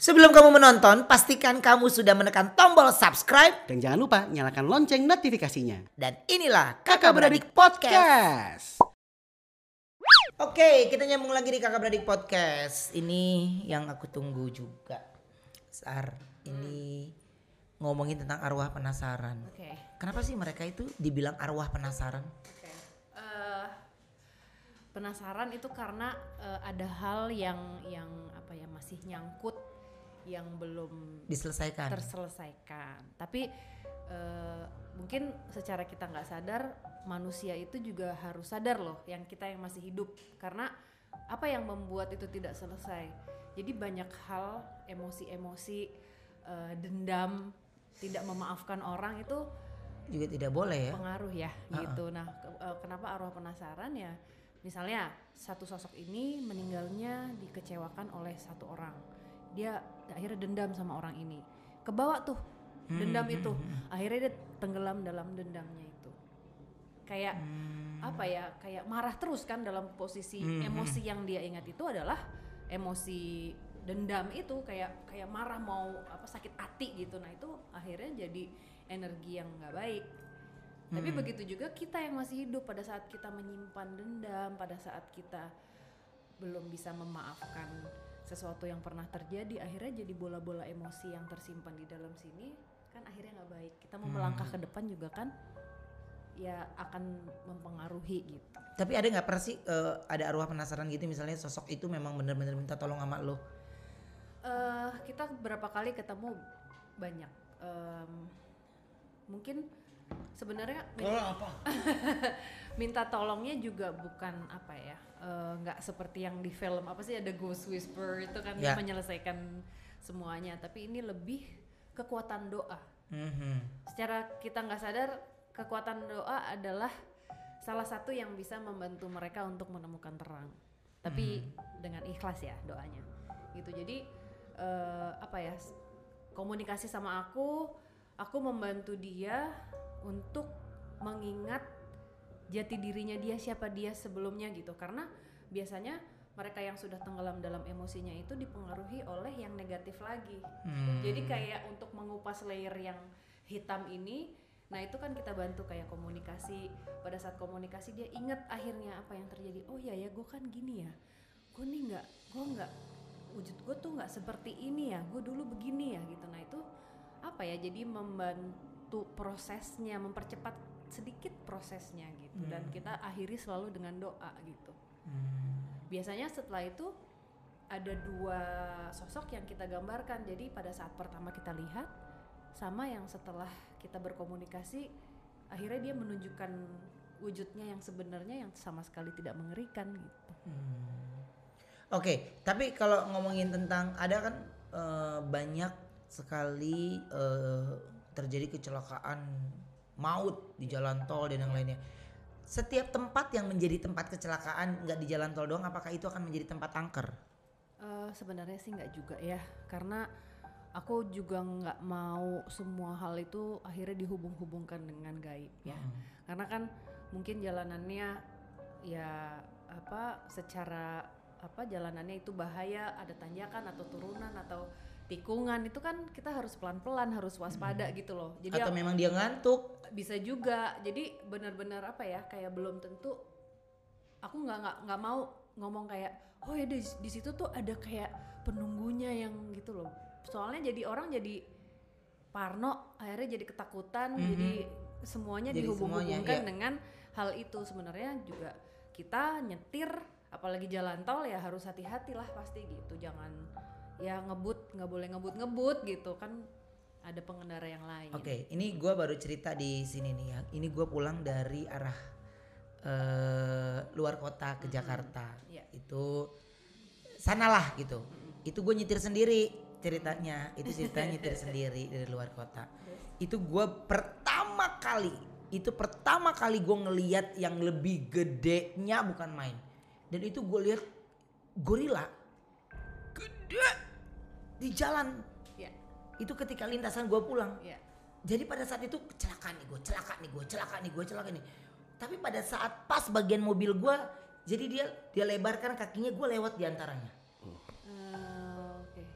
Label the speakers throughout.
Speaker 1: Sebelum kamu menonton, pastikan kamu sudah menekan tombol subscribe.
Speaker 2: Dan jangan lupa nyalakan lonceng notifikasinya.
Speaker 1: Dan inilah Kakak Beradik Podcast. Oke, kita nyambung lagi di Kakak Beradik Podcast. Ini yang aku tunggu juga. Sar, ini ngomongin tentang arwah penasaran.
Speaker 3: Oke.
Speaker 1: Kenapa sih mereka itu dibilang arwah penasaran?
Speaker 3: Penasaran itu karena ada hal yang apa ya masih nyangkut yang belum
Speaker 1: Diselesaikan.
Speaker 3: terselesaikan. Tapi mungkin secara kita nggak sadar manusia itu juga harus sadar loh yang kita yang masih hidup, karena apa yang membuat itu tidak selesai. Jadi banyak hal, emosi-emosi, dendam, tidak memaafkan orang itu
Speaker 1: Juga tidak boleh ya.
Speaker 3: pengaruh ya gitu. Nah kenapa arwah penasaran ya? Misalnya satu sosok ini meninggalnya dikecewakan oleh satu orang, dia akhirnya dendam sama orang ini, kebawa tuh dendam itu, akhirnya dia tenggelam dalam dendamnya itu, kayak apa ya, kayak marah terus kan dalam posisi emosi yang dia ingat itu adalah emosi dendam itu, kayak marah mau apa sakit hati gitu. Nah itu akhirnya jadi energi yang nggak baik. Tapi begitu juga kita yang masih hidup, pada saat kita menyimpan dendam, pada saat kita belum bisa memaafkan sesuatu yang pernah terjadi, akhirnya jadi bola-bola emosi yang tersimpan di dalam sini, kan akhirnya nggak baik. Kita mau melangkah ke depan juga kan ya akan mempengaruhi gitu.
Speaker 1: Tapi ada nggak pernah sih ada arwah penasaran gitu, misalnya sosok itu memang benar-benar minta tolong sama lo?
Speaker 3: Kita berapa kali ketemu banyak. Mungkin sebenarnya minta tolongnya juga bukan apa ya, nggak seperti yang di film apa sih, ada ghost whisper itu kan dia menyelesaikan semuanya, tapi ini lebih kekuatan doa. Secara kita nggak sadar kekuatan doa adalah salah satu yang bisa membantu mereka untuk menemukan terang, tapi dengan ikhlas ya doanya gitu. Jadi apa ya, komunikasi sama aku membantu dia untuk mengingat jati dirinya dia, siapa dia sebelumnya gitu. Karena biasanya mereka yang sudah tenggelam dalam emosinya itu dipengaruhi oleh yang negatif lagi. Jadi kayak untuk mengupas layer yang hitam ini, nah itu kan kita bantu kayak komunikasi. Pada saat komunikasi dia ingat akhirnya apa yang terjadi. Oh ya gue kan gini ya, gue nggak wujud gue tuh nggak seperti ini ya, gue dulu begini ya gitu. Nah itu apa ya, jadi membantu prosesnya, mempercepat sedikit prosesnya gitu. Dan kita akhiri selalu dengan doa gitu. Biasanya setelah itu ada dua sosok yang kita gambarkan. Jadi pada saat pertama kita lihat sama yang setelah kita berkomunikasi, akhirnya dia menunjukkan wujudnya yang sebenarnya yang sama sekali tidak mengerikan gitu.
Speaker 1: Oke, tapi kalau ngomongin tentang ada kan banyak sekali terjadi kecelakaan maut di jalan tol dan yang lainnya. Setiap tempat yang menjadi tempat kecelakaan nggak di jalan tol doang, apakah itu akan menjadi tempat kanker?
Speaker 3: Sebenarnya sih nggak juga ya, karena aku juga nggak mau semua hal itu akhirnya dihubung-hubungkan dengan gaib ya. Karena kan mungkin jalanannya ya apa, secara apa jalanannya itu bahaya, ada tanjakan atau turunan atau tikungan, itu kan kita harus pelan-pelan, harus waspada gitu loh. Jadi
Speaker 1: atau memang dia ngantuk?
Speaker 3: Bisa juga. Jadi benar-benar apa ya, kayak belum tentu. Aku nggak mau ngomong kayak oh ya di situ tuh ada kayak penunggunya yang gitu loh. Soalnya jadi orang jadi parno, akhirnya jadi ketakutan, jadi semuanya jadi dihubung-hubungkan dengan hal itu. Sebenarnya juga kita nyetir apalagi jalan tol ya harus hati-hati lah pasti gitu. Jangan ya nggak boleh ngebut gitu kan, ada pengendara yang lain.
Speaker 1: Oke, ini gue baru cerita di sini nih ya. Ini gue pulang dari arah luar kota ke Jakarta. Itu sanalah gitu. Itu gue nyetir sendiri ceritanya. Itu ceritanya nyetir sendiri dari luar kota. Itu gue pertama kali gue ngelihat yang lebih gedenya bukan main. Dan itu gue lihat gorila gede di jalan. Itu ketika lintasan gue pulang. Jadi pada saat itu celaka nih. Tapi pada saat pas bagian mobil gue, jadi dia lebarkan kakinya, gue lewat di antaranya.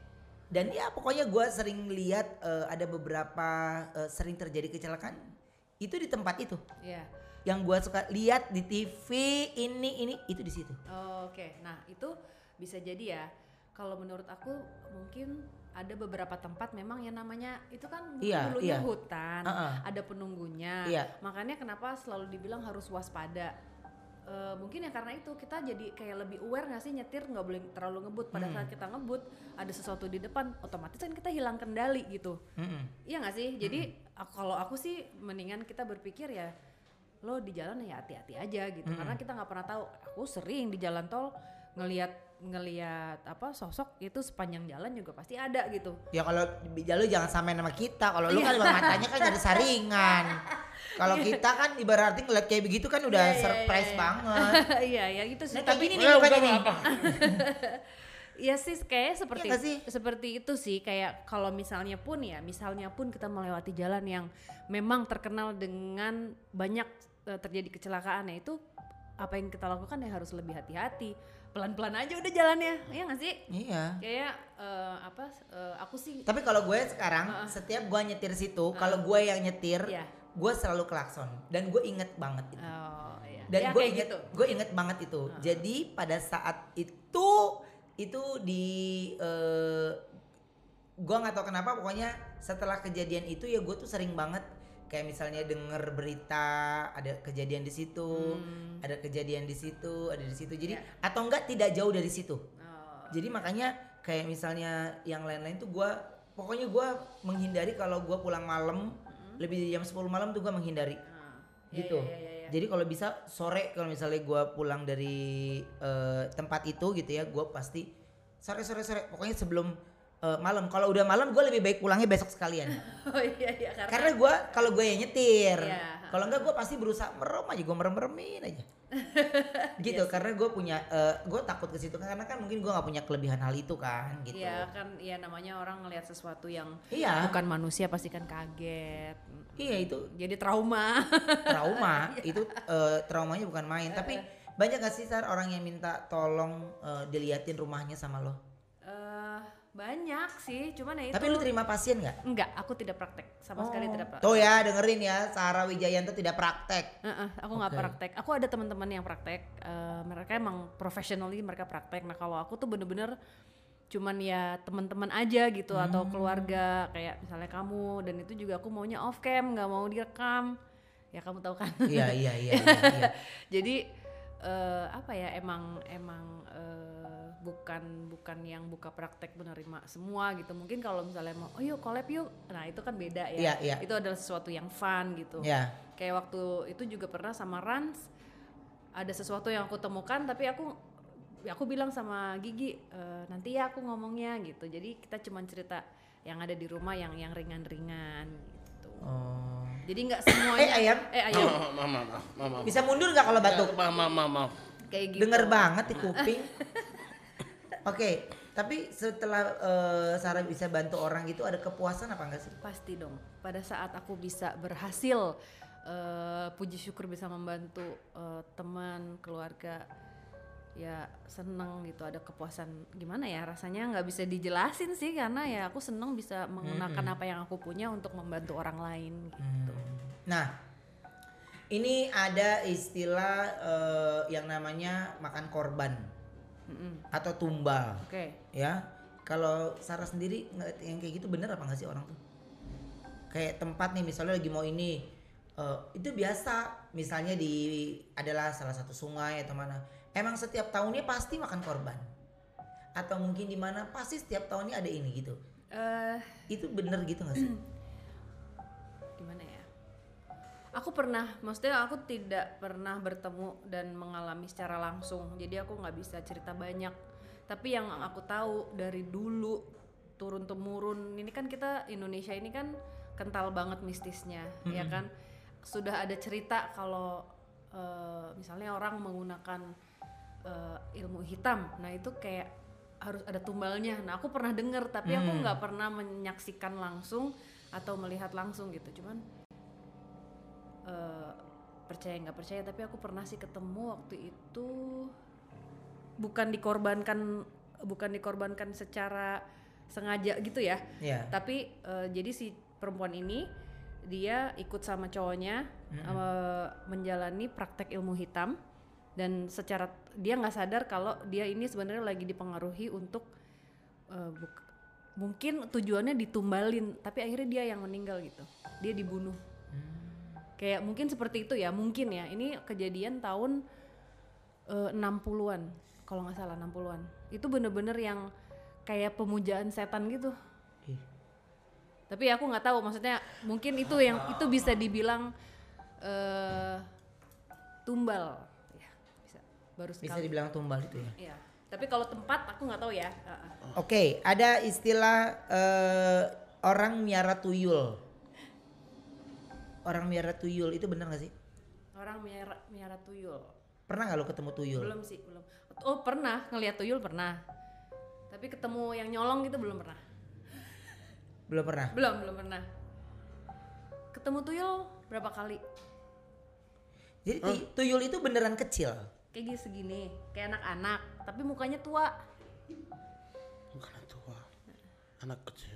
Speaker 1: Dan ya pokoknya gue sering lihat ada beberapa sering terjadi kecelakaan itu di tempat itu.
Speaker 3: Iya.
Speaker 1: Yang gue suka lihat di TV ini itu di situ.
Speaker 3: Oke. Nah itu bisa jadi ya. Kalau menurut aku mungkin ada beberapa tempat memang yang namanya itu kan dulunya hutan, ada penunggunya. Makanya kenapa selalu dibilang harus waspada. Mungkin ya karena itu kita jadi kayak lebih aware nggak sih nyetir nggak boleh terlalu ngebut. Pada saat kita ngebut ada sesuatu di depan, otomatis kan kita hilang kendali gitu. Iya nggak sih? Jadi kalau aku sih mendingan kita berpikir ya lo di jalan ya hati-hati aja gitu. Karena kita nggak pernah tahu. Aku sering di jalan tol ngelihat apa sosok itu sepanjang jalan juga pasti ada gitu.
Speaker 1: Ya kalau di jalur jangan sampai nama kita. Kalau lu kan matanya kan ada saringan. Kalau kita kan ibaratnya ngeliat kayak begitu kan udah surprise banget.
Speaker 3: Iya gitu sih.
Speaker 1: Nah, tapi ini bukan ini.
Speaker 3: Iya sih kayak seperti itu sih, kayak kalau misalnya pun kita melewati jalan yang memang terkenal dengan banyak terjadi kecelakaan, ya itu apa yang kita lakukan ya harus lebih hati-hati. Pelan-pelan aja udah jalannya, iya nggak sih?
Speaker 1: Iya.
Speaker 3: Kayak aku sih.
Speaker 1: Tapi kalau gue sekarang setiap gue nyetir situ, kalau gue yang nyetir, gue selalu klakson dan gue inget banget itu. Dan ya, gue inget banget itu. Jadi pada saat itu di gue nggak tahu kenapa, pokoknya setelah kejadian itu ya gue tuh sering banget. Kayak misalnya denger berita ada kejadian di situ, ada kejadian di situ, ada di situ. Jadi atau enggak tidak jauh dari situ. Jadi makanya kayak misalnya yang lain-lain tuh pokoknya gue menghindari kalau gue pulang malam, lebih dari jam 10 malam tuh gue menghindari. Gitu. Jadi kalau bisa sore, kalau misalnya gue pulang dari tempat itu gitu ya, gue pasti sore. Pokoknya sebelum malam. Kalau udah malam gue lebih baik pulangnya besok sekalian. Karena gue kalau gue yang nyetir, kalau enggak gue pasti berusaha merem-meremin aja. Gitu. Karena gue punya gue takut ke situ karena kan mungkin gue nggak punya kelebihan hal itu kan gitu.
Speaker 3: Iya kan, ya namanya orang ngelihat sesuatu yang bukan manusia pasti kan kaget.
Speaker 1: Iya itu
Speaker 3: jadi trauma
Speaker 1: itu traumanya bukan main. Tapi banyak gak sih orang yang minta tolong diliatin rumahnya sama lo?
Speaker 3: Banyak sih, cuman ya itu.
Speaker 1: Tapi lu terima pasien nggak?
Speaker 3: Enggak, aku tidak praktek sama sekali, tidak praktek.
Speaker 1: Tuh ya dengerin ya, Sarah Wijayanto tidak praktek.
Speaker 3: Aku nggak praktek. Aku ada teman-teman yang praktek. Mereka emang professionally mereka praktek. Nah kalau aku tuh bener-bener cuman ya teman-teman aja gitu atau keluarga kayak misalnya kamu, dan itu juga aku maunya off cam, nggak mau direkam. Ya kamu tahu kan?
Speaker 1: Iya.
Speaker 3: Jadi apa ya emang bukan yang buka praktek menerima semua gitu. Mungkin kalau misalnya mau yuk collab yuk, nah itu kan beda ya. Itu adalah sesuatu yang fun gitu. Kayak waktu itu juga pernah sama Rans, ada sesuatu yang aku temukan tapi aku bilang sama Gigi nanti ya aku ngomongnya gitu. Jadi kita cuma cerita yang ada di rumah yang ringan-ringan gitu. Jadi nggak semuanya. Ayam.
Speaker 1: Mama. Bisa mundur nggak kalau batuk?
Speaker 3: Mama. Kayak gitu.
Speaker 1: Denger banget di kuping. Oke, tapi setelah Sarah bisa bantu orang gitu ada kepuasan apa enggak sih?
Speaker 3: Pasti dong. Pada saat aku bisa berhasil, puji syukur bisa membantu teman, keluarga, ya seneng gitu, ada kepuasan. Gimana ya rasanya nggak bisa dijelasin sih, karena ya aku seneng bisa menggunakan apa yang aku punya untuk membantu orang lain gitu.
Speaker 1: Nah, ini ada istilah yang namanya makan korban. Atau tumbal. Ya, kalau Sarah sendiri yang kayak gitu bener apa nggak sih orang tuh? Kayak tempat nih misalnya lagi mau ini, itu biasa misalnya adalah salah satu sungai atau mana. Emang setiap tahunnya pasti makan korban? Atau mungkin di mana pasti setiap tahunnya ada ini gitu? Itu bener gitu nggak sih?
Speaker 3: Gimana ya? Maksudnya aku tidak pernah bertemu dan mengalami secara langsung, jadi aku nggak bisa cerita banyak. Tapi yang aku tahu dari dulu turun temurun, ini kan kita Indonesia ini kan kental banget mistisnya, ya kan. Sudah ada cerita kalau misalnya orang menggunakan ilmu hitam, nah itu kayak harus ada tumbalnya. Nah aku pernah dengar, tapi aku nggak pernah menyaksikan langsung atau melihat langsung gitu. Cuman percaya nggak percaya, tapi aku pernah sih ketemu waktu itu bukan dikorbankan secara sengaja gitu ya.
Speaker 1: Yeah.
Speaker 3: Tapi jadi si perempuan ini dia ikut sama cowoknya menjalani praktek ilmu hitam, dan secara dia nggak sadar kalau dia ini sebenarnya lagi dipengaruhi untuk mungkin tujuannya ditumbalin, tapi akhirnya dia yang meninggal gitu, dia dibunuh. Kayak mungkin seperti itu ya, mungkin ya. Ini kejadian tahun 60-an kalau nggak salah, 60-an. Itu bener-bener yang kayak pemujaan setan gitu. Tapi aku nggak tahu, maksudnya mungkin itu yang itu bisa dibilang tumbal ya, bisa baru sekali.
Speaker 1: Bisa dibilang tumbal itu ya.
Speaker 3: Iya. Tapi kalau tempat aku nggak tahu ya.
Speaker 1: Oke, ada istilah orang miara tuyul. Orang miara tuyul itu benar gak sih?
Speaker 3: Orang miara tuyul.
Speaker 1: Pernah gak lo ketemu tuyul?
Speaker 3: Belum sih, belum. Oh pernah, ngelihat tuyul pernah. Tapi ketemu yang nyolong gitu belum pernah.
Speaker 1: Belum pernah?
Speaker 3: Belum pernah. Ketemu tuyul berapa kali?
Speaker 1: Jadi tuyul itu beneran kecil?
Speaker 3: Kayak segini, kayak anak-anak, tapi mukanya tua.
Speaker 4: Bukan tua, anak kecil.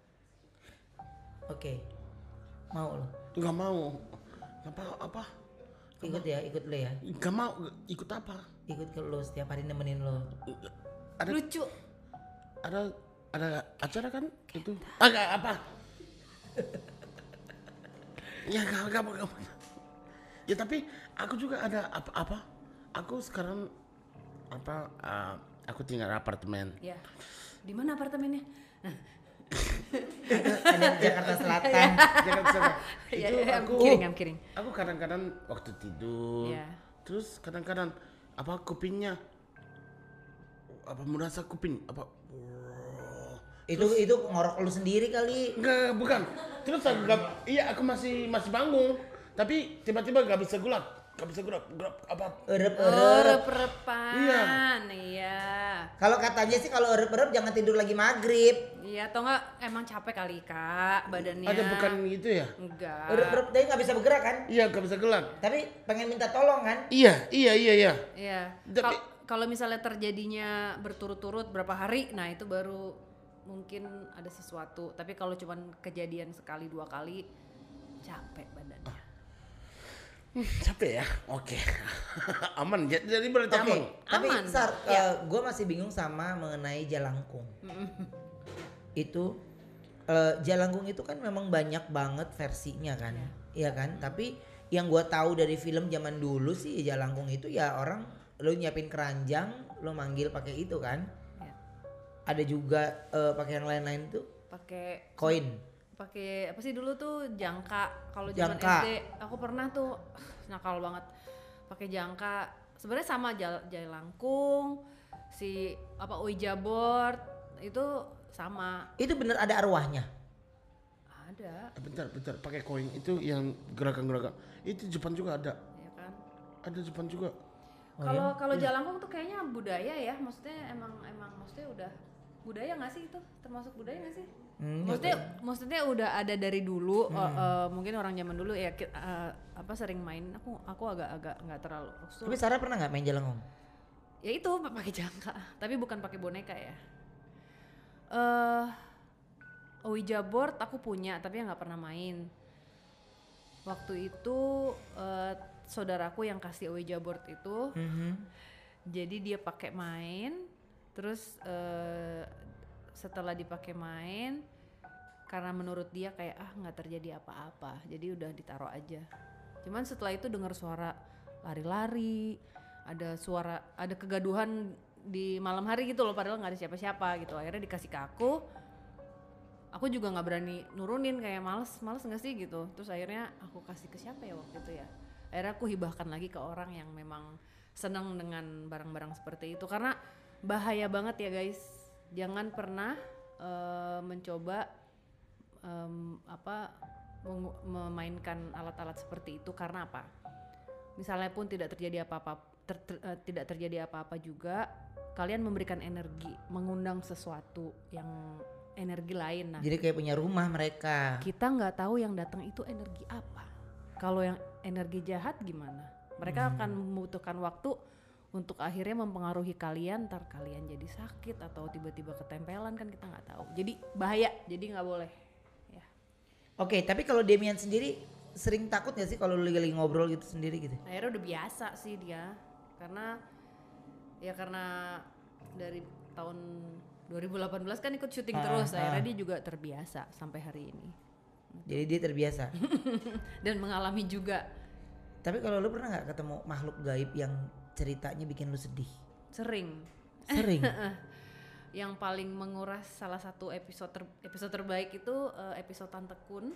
Speaker 1: Oke. Mau lo?
Speaker 4: Nggak mau. Apa?
Speaker 1: Ikut ya, ikut lo ya.
Speaker 4: Nggak mau. Ikut apa?
Speaker 1: Ikut ke lo setiap hari nemenin lo.
Speaker 3: Lucu.
Speaker 4: Ada acara kan itu? Agak apa? Ya nggak. Ya tapi aku juga ada apa? Aku sekarang aku tinggal apartemen.
Speaker 3: Ya. Di mana apartemennya?
Speaker 1: Ada di Jakarta Selatan.
Speaker 4: Jakarta Selatan. Itu
Speaker 3: I'm kidding.
Speaker 4: Aku kadang-kadang waktu tidur, terus kadang-kadang kupingnya merasa kuping
Speaker 1: Itu ngorok lu sendiri kali.
Speaker 4: Enggak, bukan. Terus aku masih bangun, tapi tiba-tiba gak bisa gerak apa?
Speaker 3: Erep-erepan. Iya.
Speaker 1: Kalau katanya sih kalau erep-erep jangan tidur lagi maghrib.
Speaker 3: Iya, atau enggak emang capek kali Kak badannya.
Speaker 4: Ada bukan gitu ya?
Speaker 3: Enggak.
Speaker 1: Erep-erep dia nggak bisa bergerak kan?
Speaker 4: Iya, gak bisa gerak.
Speaker 1: Tapi pengen minta tolong kan?
Speaker 4: Iya.
Speaker 3: Iya.
Speaker 4: Tapi
Speaker 3: Kalau misalnya terjadinya berturut-turut berapa hari, nah itu baru mungkin ada sesuatu. Tapi kalau cuman kejadian sekali 2 kali, capek badannya.
Speaker 4: Capek ya? Oke. Aman, jadi berarti aman.
Speaker 1: Tapi
Speaker 3: Aman.
Speaker 1: Sar, gue masih bingung sama mengenai jalangkung. Itu jalangkung itu kan memang banyak banget versinya kan, iya kan? Tapi yang gue tahu dari film zaman dulu sih jalangkung itu ya orang lo nyiapin keranjang, lo manggil pakai itu kan?
Speaker 3: Ya.
Speaker 1: Ada juga pakai yang lain-lain tuh.
Speaker 3: Pakai
Speaker 1: Koin.
Speaker 3: Pakai apa sih dulu tuh jangka. Kalau zaman
Speaker 1: Jangka.
Speaker 3: SD aku pernah tuh nakal banget pakai jangka. Sebenarnya sama jalangkung, si Ouija board itu sama.
Speaker 1: Itu bener ada arwahnya?
Speaker 3: Ada.
Speaker 4: Bentar, pakai koin itu yang gerakan-gerakan. Itu Jepang juga ada.
Speaker 3: Ya kan?
Speaker 4: Ada Jepang juga.
Speaker 3: Kalau jalangkung tuh kayaknya budaya ya. Maksudnya emang maksudnya udah budaya nggak sih itu? Termasuk budaya nggak sih? Maksudnya udah ada dari dulu. Mungkin orang zaman dulu ya sering main. Aku agak nggak terlalu.
Speaker 1: Tapi Sarah pernah nggak main jalangkung?
Speaker 3: Ya itu pakai jangka, tapi bukan pakai boneka ya. Ouija board aku punya tapi nggak pernah main. Waktu itu saudaraku yang kasih Ouija board itu, jadi dia pakai main, terus setelah dipakai main, karena menurut dia kayak nggak terjadi apa-apa, jadi udah ditaruh aja. Cuman setelah itu dengar suara lari-lari, ada kegaduhan di malam hari gitu loh, padahal nggak ada siapa-siapa gitu. Akhirnya dikasih ke aku juga nggak berani nurunin, kayak males nggak sih gitu. Terus akhirnya aku kasih ke siapa ya waktu itu ya, akhirnya aku hibahkan lagi ke orang yang memang senang dengan barang-barang seperti itu, karena bahaya banget ya guys. Jangan pernah mencoba memainkan alat-alat seperti itu, karena apa? Misalnya pun tidak terjadi apa-apa juga, kalian memberikan energi, mengundang sesuatu yang energi lain. Nah,
Speaker 1: jadi kayak punya rumah mereka.
Speaker 3: Kita nggak tahu yang datang itu energi apa. Kalau yang energi jahat gimana? Mereka akan membutuhkan waktu untuk akhirnya mempengaruhi kalian, ntar kalian jadi sakit atau tiba-tiba ketempelan kan kita nggak tahu. Jadi bahaya, jadi nggak boleh. Ya.
Speaker 1: Oke, tapi kalau Demian sendiri sering takut nggak sih kalau lu lagi ngobrol gitu sendiri gitu?
Speaker 3: Akhirnya udah biasa sih dia, karena dari tahun 2018 kan ikut syuting terus, akhirnya dia juga terbiasa sampai hari ini.
Speaker 1: Jadi dia terbiasa.
Speaker 3: Dan mengalami juga.
Speaker 1: Tapi kalau lu pernah nggak ketemu makhluk gaib yang ceritanya bikin lu sedih?
Speaker 3: Sering. Yang paling menguras salah satu episode terbaik itu episode Tante Kun.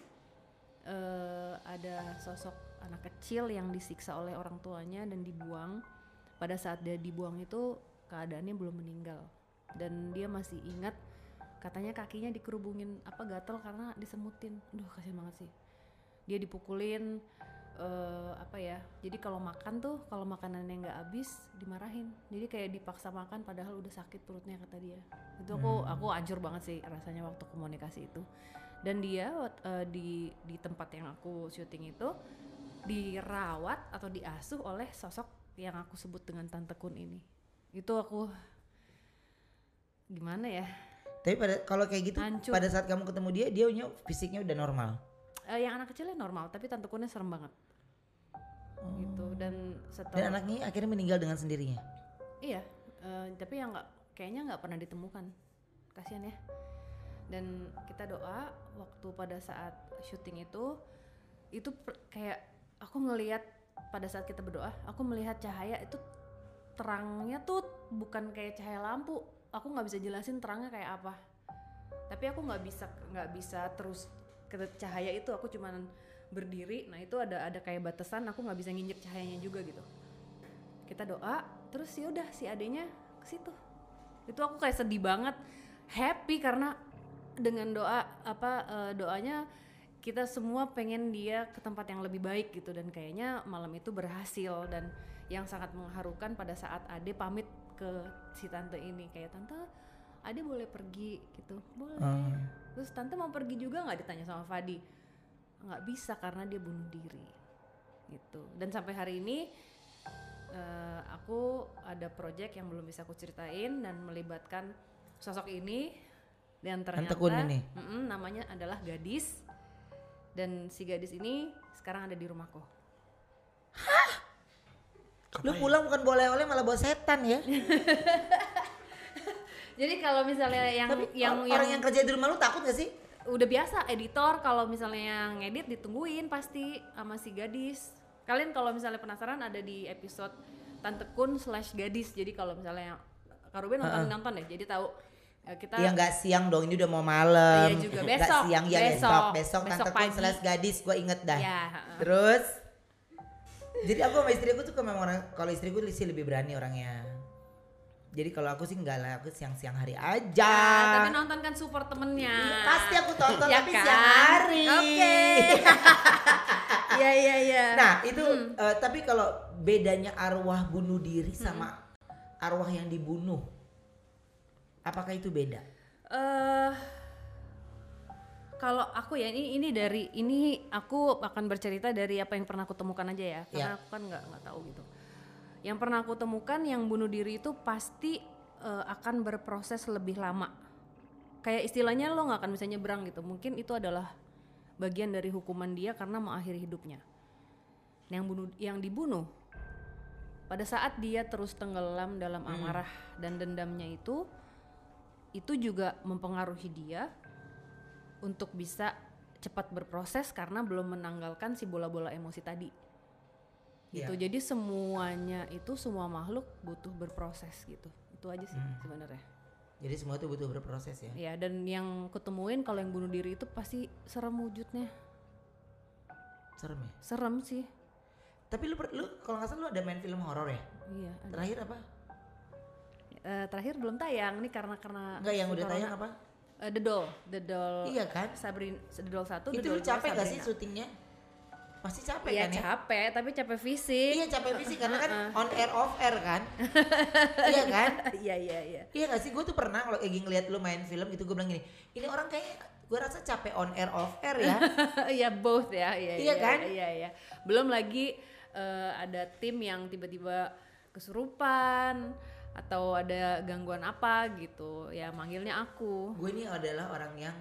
Speaker 3: Ada sosok anak kecil yang disiksa oleh orang tuanya dan dibuang. Pada saat dia dibuang itu keadaannya belum meninggal dan dia masih ingat katanya kakinya dikerubungin gatal karena disemutin. Aduh kasihan banget sih. Dia dipukulin jadi kalau makanannya nggak habis dimarahin, jadi kayak dipaksa makan padahal udah sakit perutnya kata dia. Itu aku hancur banget sih rasanya waktu komunikasi itu. Dan dia di tempat yang aku syuting itu dirawat atau diasuh oleh sosok yang aku sebut dengan Tante Kun ini. Itu aku gimana ya?
Speaker 1: Tapi kalau kayak gitu
Speaker 3: hancur.
Speaker 1: Pada saat kamu ketemu dia fisiknya udah normal?
Speaker 3: Yang anak kecilnya normal, tapi Tante Kunnya serem banget. Gitu. Dan
Speaker 1: anaknya akhirnya meninggal dengan sendirinya?
Speaker 3: Iya, tapi yang kayaknya nggak pernah ditemukan. Kasian ya. Dan kita doa waktu pada saat syuting itu kayak aku ngelihat pada saat kita berdoa, aku melihat cahaya itu terangnya tuh bukan kayak cahaya lampu. Aku nggak bisa jelasin terangnya kayak apa. Tapi aku nggak bisa terus ke cahaya itu. Aku cuman berdiri. Nah itu ada kayak batasan. Aku nggak bisa nginjek cahayanya juga gitu. Kita doa, terus yaudah si adenya ke situ. Itu aku kayak sedih banget, happy karena dengan doanya kita semua pengen dia ke tempat yang lebih baik gitu, dan kayaknya malam itu berhasil. Dan yang sangat mengharukan pada saat Ade pamit ke si tante ini, kayak tante Ade boleh pergi gitu, boleh. Terus tante mau pergi juga nggak, ditanya sama Fadi. Nggak bisa karena dia bunuh diri gitu. Dan sampai hari ini aku ada project yang belum bisa aku ceritain dan melibatkan sosok ini, dan ternyata namanya adalah Gadis. Dan si Gadis ini sekarang ada di rumahku.
Speaker 1: Hah? Lu pulang bukan bawa oleh-oleh malah bawa setan ya?
Speaker 3: Jadi kalau misalnya
Speaker 1: orang yang kerja di rumah lu takut gak sih?
Speaker 3: Udah biasa, editor kalau misalnya yang ngedit ditungguin pasti sama si Gadis. Kalian kalau misalnya penasaran ada di episode Tante Kun /Gadis. Jadi kalau misalnya Kak Ruben nonton deh, jadi tahu kita.
Speaker 1: Ya nggak siang dong, ini udah mau malam.
Speaker 3: Iya juga, besok.
Speaker 1: Siang ya, besok Tante Kun /Gadis, gue inget dah.
Speaker 3: Ya,
Speaker 1: terus, jadi aku sama istriku tuh memang kalau istriku sih lebih berani orangnya. Jadi kalau aku sih enggak lah, aku siang-siang hari aja.
Speaker 3: Tapi nonton kan support temennya.
Speaker 1: Iya, pasti aku tonton
Speaker 3: ya
Speaker 1: tapi
Speaker 3: kan?
Speaker 1: siang hari.
Speaker 3: Oke. Iya.
Speaker 1: Nah itu tapi kalau bedanya arwah bunuh diri sama arwah yang dibunuh, apakah itu beda?
Speaker 3: Kalau aku ya ini aku akan bercerita dari apa yang pernah aku temukan aja ya, karena aku kan nggak tahu gitu. Yang pernah aku temukan yang bunuh diri itu pasti akan berproses lebih lama. Kayak istilahnya lo nggak akan bisa nyebrang gitu. Mungkin itu adalah bagian dari hukuman dia karena mengakhiri hidupnya. Yang dibunuh pada saat dia terus tenggelam dalam amarah dan dendamnya itu juga mempengaruhi dia untuk bisa cepat berproses karena belum menanggalkan si bola-bola emosi tadi. Gitu. Jadi semuanya itu, semua makhluk butuh berproses gitu. Itu aja sih sebenarnya. Jadi semua itu butuh berproses ya. Iya, dan yang kutemuin kalau yang bunuh diri itu pasti serem wujudnya.
Speaker 1: Serem ya?
Speaker 3: Serem sih.
Speaker 1: Tapi lu kalau nggak salah lu ada main film horor ya?
Speaker 3: Iya. Ada.
Speaker 1: Terakhir apa?
Speaker 3: Terakhir belum tayang nih karena
Speaker 1: Enggak, yang udah tayang apa?
Speaker 3: The Doll. Iya kan? The Doll 1.
Speaker 1: Itu lu capek gak sih syutingnya? Pasti capek kan ya?
Speaker 3: Iya capek, tapi capek fisik.
Speaker 1: Iya capek fisik karena kan on air off air kan. Iya kan?
Speaker 3: Iya.
Speaker 1: Iya gak sih, gue tuh pernah kalau lagi ngeliat lu main film gitu, gue bilang gini, ini orang kayaknya gue rasa capek on air off air ya.
Speaker 3: Iya both ya.
Speaker 1: Iya kan?
Speaker 3: Iya. Belum lagi ada tim yang tiba-tiba kesurupan atau ada gangguan apa gitu ya manggilnya aku.
Speaker 1: Gue ini adalah orang yang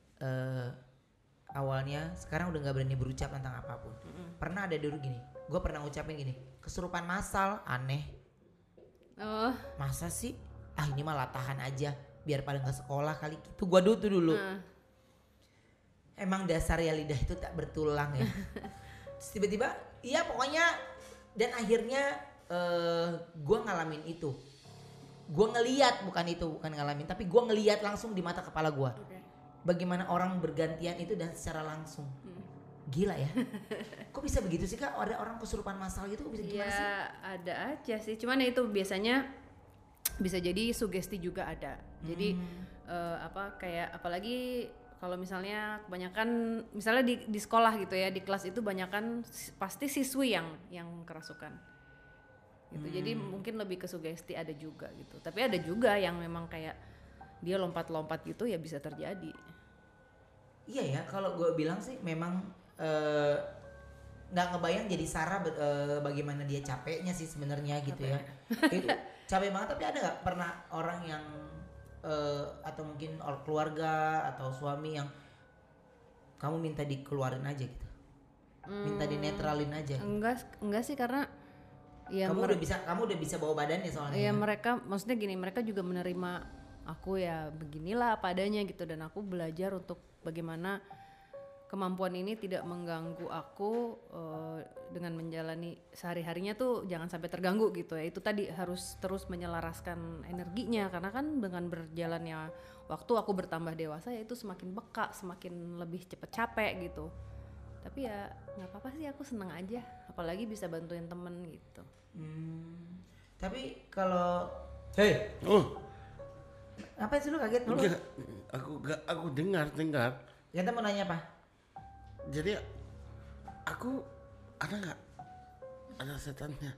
Speaker 1: awalnya sekarang udah nggak berani berucap tentang apapun. Pernah ada dulu gini, gue pernah ngucapin gini, kesurupan massal aneh. Masa sih? Ah ini mah latahan aja, biar pada nggak sekolah kali gitu. Gue dulu. Emang dasar ya lidah itu tak bertulang ya. Terus tiba-tiba, iya pokoknya dan akhirnya gue ngalamin itu. Gue ngeliat bukan ngalamin, tapi gue ngeliat langsung di mata kepala gue. Bagaimana orang bergantian itu dan secara langsung. Gila ya. Kok bisa begitu sih Kak? Ada orang kesurupan massal gitu kok bisa gimana sih?
Speaker 3: Ya ada aja sih. Cuman itu biasanya bisa jadi sugesti juga ada. Jadi kayak apalagi kalau misalnya kebanyakan misalnya di sekolah gitu ya, di kelas itu banyakan pasti siswi yang kerasukan. Gitu. Jadi mungkin lebih ke sugesti ada juga gitu. Tapi ada juga yang memang kayak dia lompat-lompat gitu ya bisa terjadi.
Speaker 1: Iya ya, kalau gue bilang sih memang nggak ngebayang jadi Sarah bagaimana dia capeknya sih sebenarnya gitu ya. Itu capek banget. Tapi ada nggak pernah orang yang atau mungkin keluarga atau suami yang kamu minta dikeluarin aja gitu, minta dinetralin aja? Gitu.
Speaker 3: Enggak sih karena ya
Speaker 1: kamu udah bisa bawa badannya soalnya.
Speaker 3: Iya mereka maksudnya gini, mereka juga menerima aku ya beginilah apa adanya gitu, dan aku belajar untuk bagaimana kemampuan ini tidak mengganggu aku dengan menjalani sehari-harinya tuh jangan sampai terganggu gitu ya. Itu tadi harus terus menyelaraskan energinya karena kan dengan berjalannya waktu aku bertambah dewasa ya itu semakin beka, semakin lebih cepet capek gitu. Tapi ya nggak apa-apa sih, aku seneng aja apalagi bisa bantuin temen gitu.
Speaker 1: Tapi kalau apa sih lu kaget dulu?
Speaker 4: Aku dengar.
Speaker 1: Kita mau nanya apa?
Speaker 4: Jadi aku ada nggak ada setannya?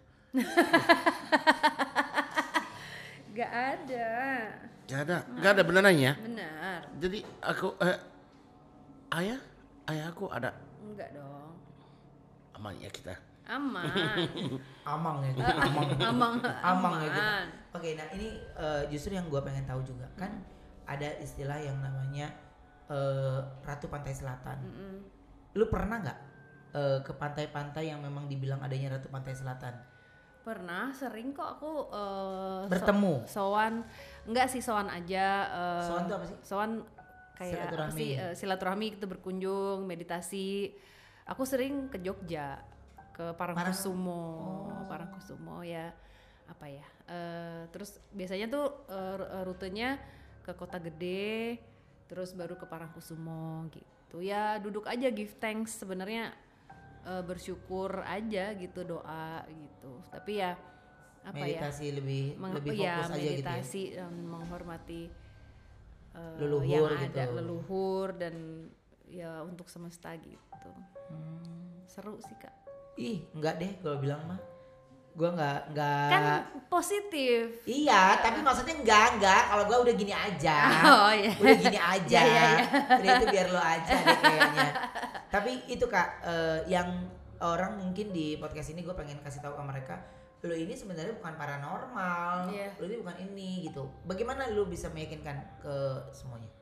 Speaker 4: Gak ada beneran ya?
Speaker 3: Benar.
Speaker 4: Jadi aku ayah aku ada.
Speaker 3: Enggak dong.
Speaker 4: Aman ya kita.
Speaker 3: Aman.
Speaker 1: Amang ya gitu. Amang ya gitu. Oke, nah ini justru yang gue pengen tahu juga kan ada istilah yang namanya Ratu Pantai Selatan. Lu pernah nggak ke pantai-pantai yang memang dibilang adanya Ratu Pantai Selatan?
Speaker 3: Pernah, sering kok aku
Speaker 1: bertemu.
Speaker 3: Sowan, enggak sih sowan aja.
Speaker 1: Sowan itu apa sih?
Speaker 3: Sowan kayak
Speaker 1: silaturahmi.
Speaker 3: apa sih? Silaturahmi gitu, berkunjung, meditasi. Aku sering ke Jogja, ke Parangkusumo. Parangkusumo ya apa ya? Terus biasanya tuh rutenya ke Kota Gede, terus baru ke Parangkusumo gitu. Ya duduk aja give thanks sebenarnya. Bersyukur aja gitu, doa gitu. Tapi ya apa
Speaker 1: meditasi
Speaker 3: ya
Speaker 1: lebih fokus aja
Speaker 3: meditasi
Speaker 1: gitu ya.
Speaker 3: Dan menghormati
Speaker 1: leluhur
Speaker 3: yang
Speaker 1: gitu.
Speaker 3: ada, leluhur dan ya untuk semesta gitu. Seru sih Kak.
Speaker 1: Ih enggak deh kalau bilang mah. Gue enggak
Speaker 3: Kan positif.
Speaker 1: Iya, tapi maksudnya enggak kalau gue udah gini aja.
Speaker 3: Iya.
Speaker 1: Udah gini aja.
Speaker 3: Iya.
Speaker 1: Udah itu biar lo aja deh kayaknya. Tapi itu Kak, yang orang mungkin di podcast ini gue pengen kasih tahu ke mereka, lo ini sebenarnya bukan paranormal. Lo ini bukan ini gitu. Bagaimana lo bisa meyakinkan ke semuanya?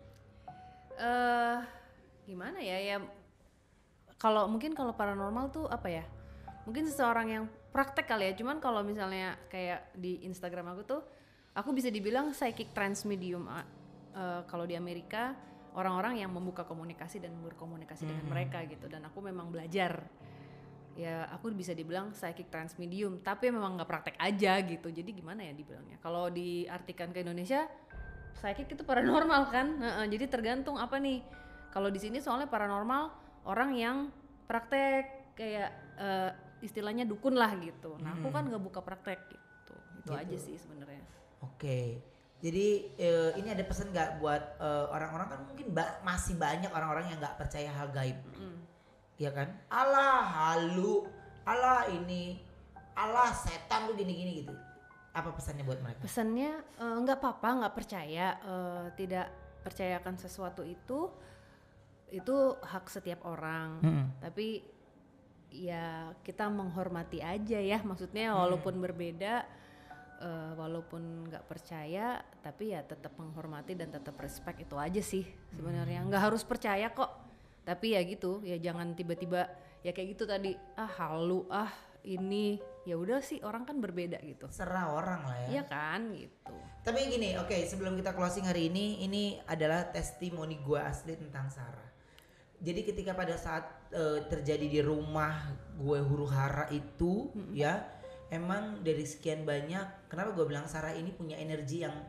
Speaker 3: Gimana ya kalau mungkin kalau paranormal tuh apa ya? Mungkin seseorang yang praktek kali ya, cuman kalau misalnya kayak di Instagram aku tuh aku bisa dibilang psychic trance medium. Kalau di Amerika orang-orang yang membuka komunikasi dan berkomunikasi dengan mereka gitu, dan aku memang belajar ya, aku bisa dibilang psychic trance medium tapi memang nggak praktek aja gitu. Jadi gimana ya dibilangnya, kalau diartikan ke Indonesia psychic itu paranormal kan. Jadi tergantung apa nih. Kalau di sini soalnya paranormal orang yang praktek kayak istilahnya dukun lah gitu. Nah aku kan nggak buka praktek gitu. Itu aja sih sebenarnya.
Speaker 1: Oke. Jadi ini ada pesan nggak buat orang-orang kan mungkin masih banyak orang-orang yang nggak percaya hal gaib, ya kan? Allah halu, Allah ini, Allah setan tuh gini-gini gitu. Apa pesannya buat mereka?
Speaker 3: Pesannya nggak apa-apa nggak percaya, tidak percayakan sesuatu itu hak setiap orang. Tapi ya kita menghormati aja ya, maksudnya walaupun berbeda, walaupun nggak percaya, tapi ya tetap menghormati dan tetap respect, itu aja sih sebenarnya. Nggak harus percaya kok, tapi ya gitu, ya jangan tiba-tiba ya kayak gitu tadi, halu, ini, ya udah sih, orang kan berbeda gitu.
Speaker 1: Serah orang lah ya.
Speaker 3: Iya kan gitu.
Speaker 1: Tapi gini, oke, sebelum kita closing hari ini adalah testimoni gue asli tentang Sarah. Jadi ketika pada saat terjadi di rumah gue huru-hara itu, ya emang dari sekian banyak, kenapa gue bilang Sarah ini punya energi yang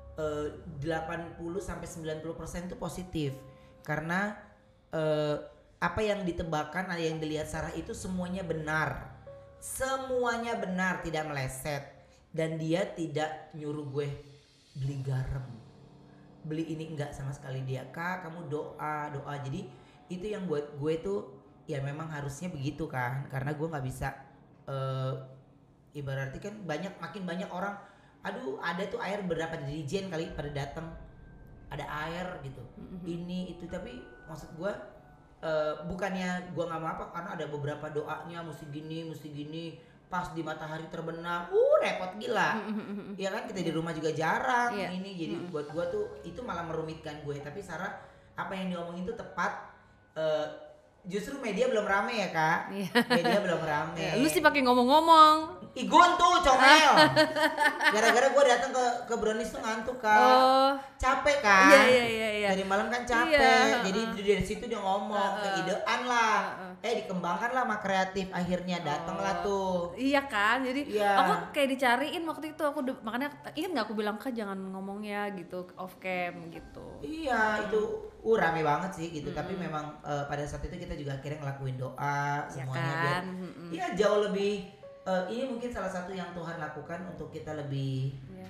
Speaker 1: 80-90% itu positif. Karena apa yang ditebakan, yang dilihat Sarah itu semuanya benar. Semuanya benar, tidak meleset. Dan dia tidak nyuruh gue beli garam, beli ini, enggak sama sekali. Dia, Kak kamu doa. Jadi itu yang buat gue tuh ya memang harusnya begitu kan. Karena gue gak bisa ibaratnya kan makin banyak orang, aduh ada tuh air berapa dirijen kali pada datang, ada air gitu, ini itu. Tapi maksud gue bukannya gue nggak mau apa, karena ada beberapa doanya mesti gini, pas di matahari terbenam, repot gila. Ya kan, kita di rumah juga jarang ini, jadi buat gue tuh itu malah merumitkan gue. Tapi Sarah, apa yang diomongin itu tepat. Justru media belum rame ya Kak. Media belum rame.
Speaker 3: Lu sih pakai ngomong-ngomong.
Speaker 1: Igun tuh comel. Gara-gara gue datang ke Brownies tuh ngantuk Kak. Capek kan.
Speaker 3: Iya.
Speaker 1: Dari malam kan capek. Jadi dari situ dia ngomong keidean lah. Dikembangkan lah sama kreatif, akhirnya datang lah tuh.
Speaker 3: Iya kan. Jadi aku kayak dicariin waktu itu, makanya ingat nggak aku bilang Kak jangan ngomong ya gitu off cam gitu.
Speaker 1: Iya itu rame banget sih gitu. Tapi memang pada saat itu kita juga akhirnya ngelakuin doa semuanya kan? Biar iya jauh lebih ini mungkin salah satu yang Tuhan lakukan untuk kita lebih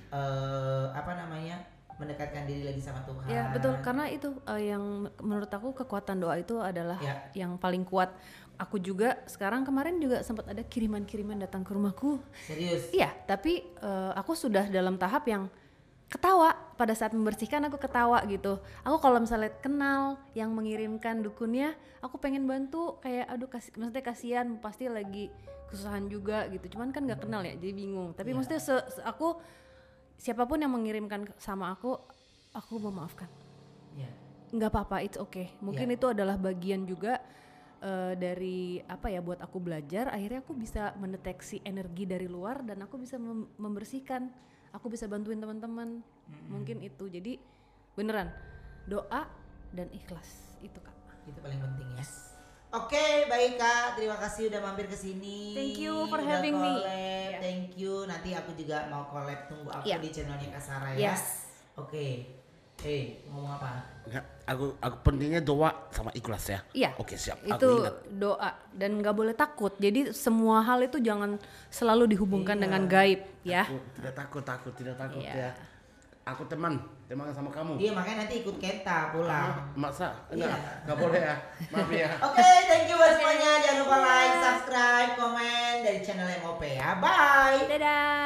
Speaker 1: mendekatkan diri lagi sama Tuhan.
Speaker 3: Ya betul, karena itu yang menurut aku kekuatan doa itu adalah yang paling kuat. Aku juga sekarang, kemarin juga sempat ada kiriman-kiriman datang ke rumahku.
Speaker 1: Serius?
Speaker 3: Iya, tapi aku sudah dalam tahap yang ketawa. Pada saat membersihkan aku ketawa gitu. Aku kalau misalnya kenal yang mengirimkan dukunnya, aku pengen bantu, kayak aduh maksudnya kasihan, pasti lagi kesusahan juga gitu. Cuman kan nggak kenal ya, jadi bingung. Tapi maksudnya aku siapapun yang mengirimkan sama aku memaafkan. Nggak apa-apa, it's okay. Mungkin itu adalah bagian juga dari buat aku belajar. Akhirnya aku bisa mendeteksi energi dari luar dan aku bisa membersihkan. Aku bisa bantuin teman-teman. Mungkin itu. Jadi beneran doa dan ikhlas itu Kak.
Speaker 1: Itu paling penting ya. Oke, baik Kak, terima kasih udah mampir ke sini.
Speaker 3: Thank you for having me.
Speaker 1: Thank you. Nanti aku juga mau collab, tunggu aku di channelnya Kak Sarah ya. Oke. Ngomong apa?
Speaker 4: Enggak, aku pentingnya doa sama ikhlas ya.
Speaker 3: Iya.
Speaker 4: Oke, siap.
Speaker 3: Itu doa dan nggak boleh takut. Jadi semua hal itu jangan selalu dihubungkan dengan gaib ya.
Speaker 4: Aku tidak takut ya. Aku teman sama kamu.
Speaker 1: Iya, makanya nanti ikut Kenta pulang.
Speaker 4: Masa? Enggak boleh ya. Maaf ya.
Speaker 1: Oke, thank you buat semuanya. Jangan lupa like, subscribe, komen dari channel MOP ya. Bye.
Speaker 3: Dadah.